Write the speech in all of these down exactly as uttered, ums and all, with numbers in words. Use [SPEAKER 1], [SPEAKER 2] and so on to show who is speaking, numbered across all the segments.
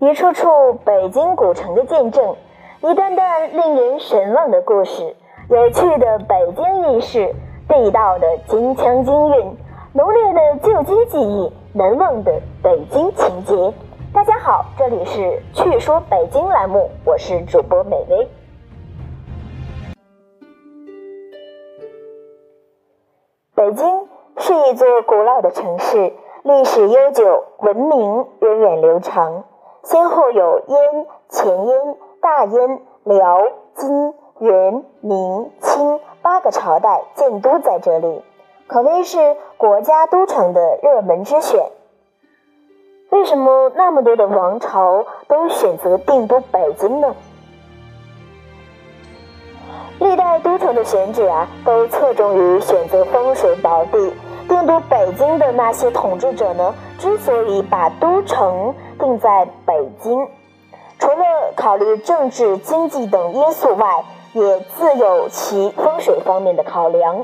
[SPEAKER 1] 一处处北京古城的见证，一段段令人神往的故事，有趣的北京轶事，地道的京腔京韵，浓烈的旧京记忆，难忘的北京情节。大家好，这里是趣说北京栏目，我是主播美薇。北京是一座古老的城市，历史悠久，文明源远流长，先后有燕、前燕、大燕、辽、金、元、明、清八个朝代建都在这里，可谓是国家都城的热门之选。为什么那么多的王朝都选择定都北京呢？历代都城的选址啊，都侧重于选择风水宝地。定都北京的那些统治者呢，之所以把都城定在北京，除了考虑政治、经济等因素外，也自有其风水方面的考量。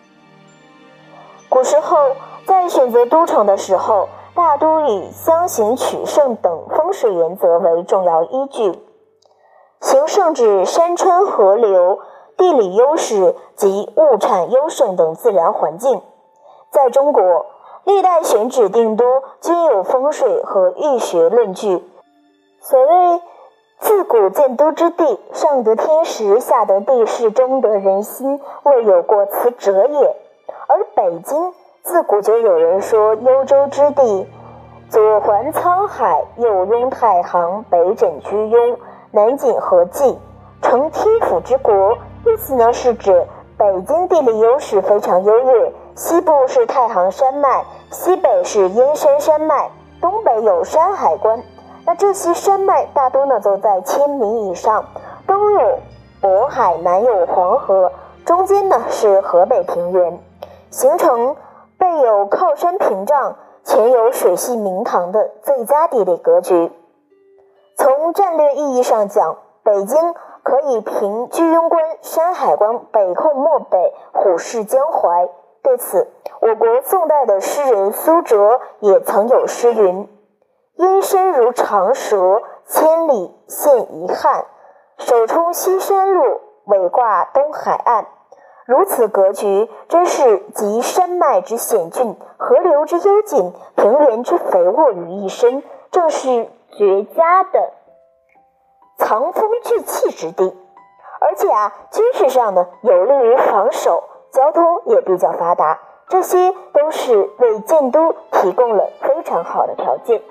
[SPEAKER 1] 古时候在选择都城的时候，大都以相形取胜等风水原则为重要依据。形胜指山川河流、地理优势及物产优胜等自然环境。在中国，历代选址定都均有风水和易学论据。所谓自古建都之地，上得天时，下得地势，中得人心，未有过此者也。而北京自古就有人说幽州之地，左环沧海，右拥太行，北枕居庸，南紧河济，成天府之国。意思呢是指北京地理优势非常优越，西部是太行山脉，西北是燕山山脉，东北有山海关。那这些山脉大多呢都在千米以上，东有渤海，南有黄河，中间呢是河北平原，形成背有靠山屏障，前有水系明堂的最佳地理格局。从战略意义上讲，北京可以凭居庸关、山海关北控漠北，虎视江淮。对此，我国宋代的诗人苏辙也曾有诗云：燕山如长蛇，千里现遗憾，首冲西山路，尾挂东海岸。如此格局，真是集山脉之险峻、河流之幽谨、平原之肥沃于一身，正是绝佳的藏风聚气之地。而且啊，军事上呢有利于防守，交通也比较发达，这些都是为建都提供了非常好的条件。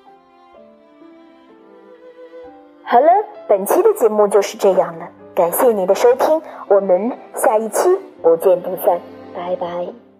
[SPEAKER 1] 好了，本期的节目就是这样了，感谢你的收听，我们下一期不见不散，拜拜。